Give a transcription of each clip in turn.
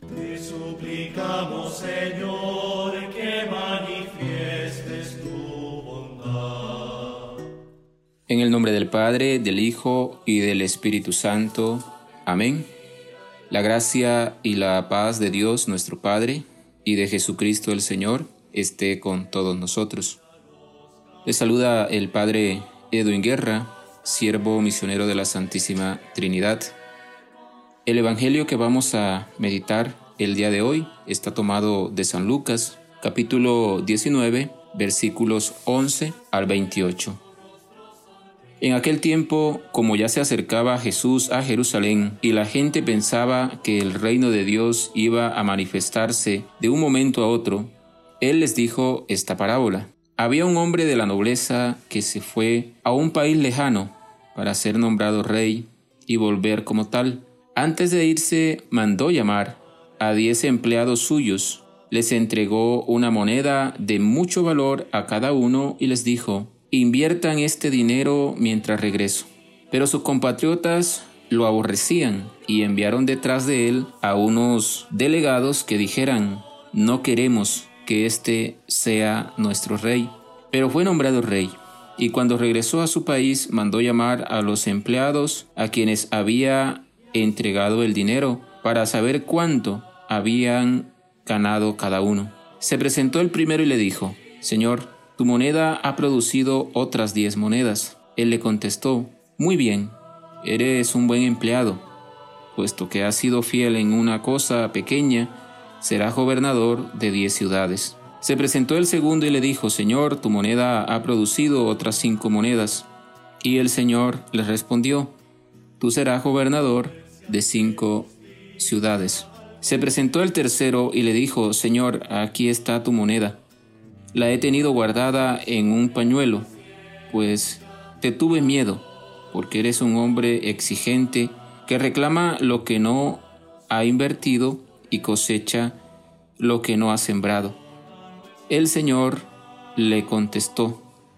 Te suplicamos, Señor, que manifiestes tu bondad. En el nombre del Padre, del Hijo y del Espíritu Santo. Amén. La gracia y la paz de Dios nuestro Padre y de Jesucristo el Señor esté con todos nosotros. Les saluda el Padre Edwin Guerra, siervo misionero de la Santísima Trinidad. El Evangelio que vamos a meditar el día de hoy está tomado de San Lucas, capítulo 19, versículos 11 al 28. En aquel tiempo, como ya se acercaba Jesús a Jerusalén y la gente pensaba que el reino de Dios iba a manifestarse de un momento a otro, Él les dijo esta parábola. Había un hombre de la nobleza que se fue a un país lejano para ser nombrado rey y volver como tal. Antes de irse, mandó llamar a 10 empleados suyos. Les entregó una moneda de mucho valor a cada uno y les dijo: inviertan este dinero mientras regreso. Pero sus compatriotas lo aborrecían y enviaron detrás de él a unos delegados que dijeran: no queremos que este sea nuestro rey. Pero fue nombrado rey. Y cuando regresó a su país, mandó llamar a los empleados a quienes había entregado el dinero para saber cuánto habían ganado cada uno. Se presentó el primero y le dijo: Señor, tu moneda ha producido otras 10 monedas. Él le contestó: muy bien, eres un buen empleado. Puesto que has sido fiel en una cosa pequeña, serás gobernador de 10 ciudades. Se presentó el segundo y le dijo: Señor, tu moneda ha producido otras 5 monedas. Y el Señor le respondió: tú serás gobernador de 5 ciudades. Se presentó el tercero y le dijo: Señor, aquí está tu moneda. La he tenido guardada en un pañuelo, pues te tuve miedo, porque eres un hombre exigente que reclama lo que no ha invertido y cosecha lo que no ha sembrado. El Señor le contestó: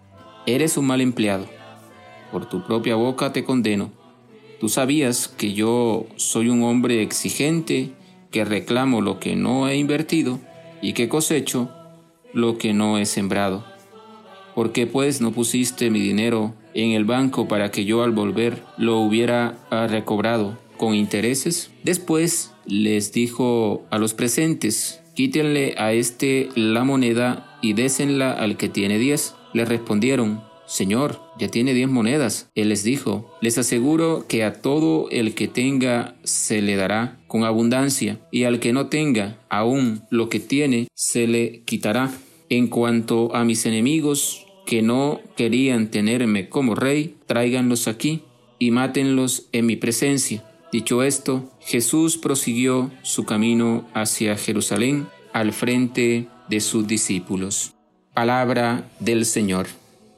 eres un mal empleado, por tu propia boca te condeno. Tú sabías que yo soy un hombre exigente, que reclamo lo que no he invertido y que cosecho lo que no he sembrado. ¿Por qué pues no pusiste mi dinero en el banco para que yo al volver lo hubiera recobrado con intereses? Después les dijo a los presentes: quítenle a este la moneda y désenla al que tiene 10. Le respondieron: Señor, ya tiene 10 monedas. Él les dijo: les aseguro que a todo el que tenga se le dará con abundancia, y al que no tenga, aún lo que tiene se le quitará. En cuanto a mis enemigos, que no querían tenerme como rey, tráiganlos aquí y mátenlos en mi presencia. Dicho esto, Jesús prosiguió su camino hacia Jerusalén al frente de sus discípulos. Palabra del Señor.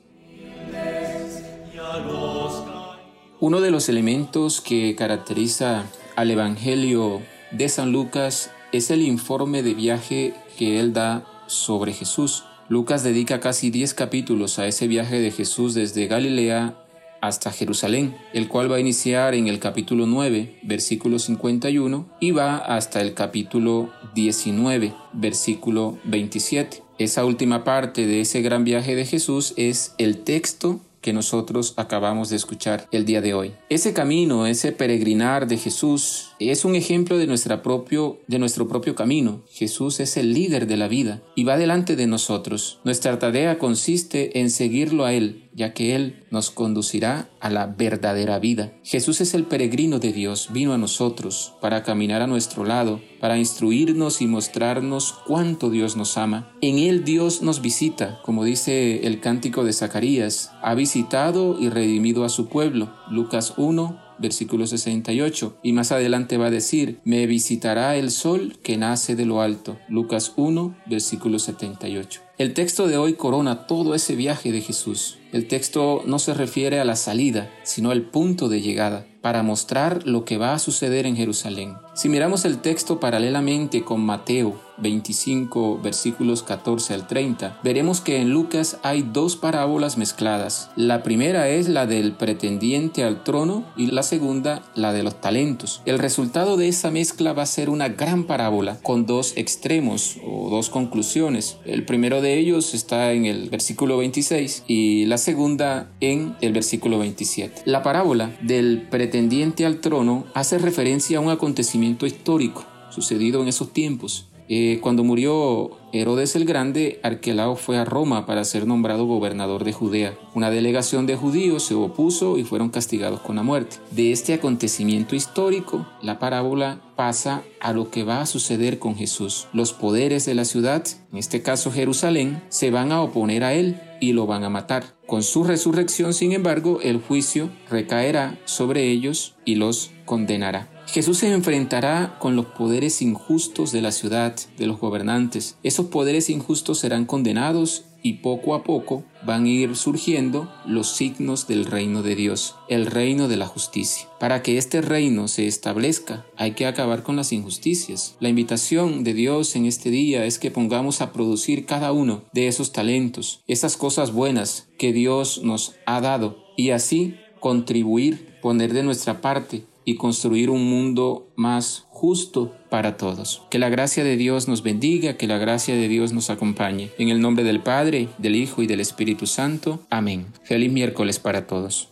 Uno de los elementos que caracteriza al Evangelio de San Lucas es el informe de viaje que él da sobre Jesús. Lucas dedica casi 10 capítulos a ese viaje de Jesús desde Galilea hasta Jerusalén, el cual va a iniciar en el capítulo 9, versículo 51, y va hasta el capítulo 19, versículo 27. Esa última parte de ese gran viaje de Jesús es el texto que nosotros acabamos de escuchar el día de hoy. Ese camino, ese peregrinar de Jesús es un ejemplo de nuestro propio camino. Jesús es el líder de la vida y va delante de nosotros. Nuestra tarea consiste en seguirlo a Él, ya que Él nos conducirá a la verdadera vida. Jesús es el peregrino de Dios, vino a nosotros para caminar a nuestro lado, para instruirnos y mostrarnos cuánto Dios nos ama. En Él Dios nos visita, como dice el cántico de Zacarías: ha visitado y redimido a su pueblo. Lucas 1, versículo 68. Y más adelante va a decir: me visitará el sol que nace de lo alto. Lucas 1, versículo 78. El texto de hoy corona todo ese viaje de Jesús. El texto no se refiere a la salida, sino al punto de llegada, para mostrar lo que va a suceder en Jerusalén. Si miramos el texto paralelamente con Mateo 25, versículos 14 al 30, veremos que en Lucas hay dos parábolas mezcladas. La primera es la del pretendiente al trono y la segunda la de los talentos. El resultado de esa mezcla va a ser una gran parábola con dos extremos o dos conclusiones. El primero de ellos está en el versículo 26 y la segunda en el versículo 27. La parábola del pretendiente al trono hace referencia a un acontecimiento histórico sucedido en esos tiempos. Cuando murió Herodes el Grande, Arquelao fue a Roma para ser nombrado gobernador de Judea. Una delegación de judíos se opuso y fueron castigados con la muerte. De este acontecimiento histórico, la parábola pasa a lo que va a suceder con Jesús. Los poderes de la ciudad, en este caso Jerusalén, se van a oponer a él y lo van a matar. Con su resurrección, sin embargo, el juicio recaerá sobre ellos y los condenará. Jesús se enfrentará con los poderes injustos de la ciudad, de los gobernantes. Esos poderes injustos serán condenados y poco a poco van a ir surgiendo los signos del reino de Dios, el reino de la justicia. Para que este reino se establezca, hay que acabar con las injusticias. La invitación de Dios en este día es que pongamos a producir cada uno de esos talentos, esas cosas buenas que Dios nos ha dado, y así contribuir, poner de nuestra parte y construir un mundo más justo para todos. Que la gracia de Dios nos bendiga, que la gracia de Dios nos acompañe. En el nombre del Padre, del Hijo y del Espíritu Santo. Amén. Feliz miércoles para todos.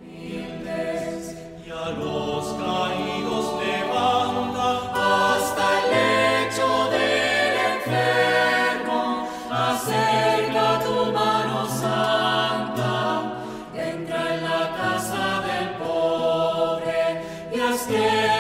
Acerca tu mano santa, entra en la casa del pobre y haz que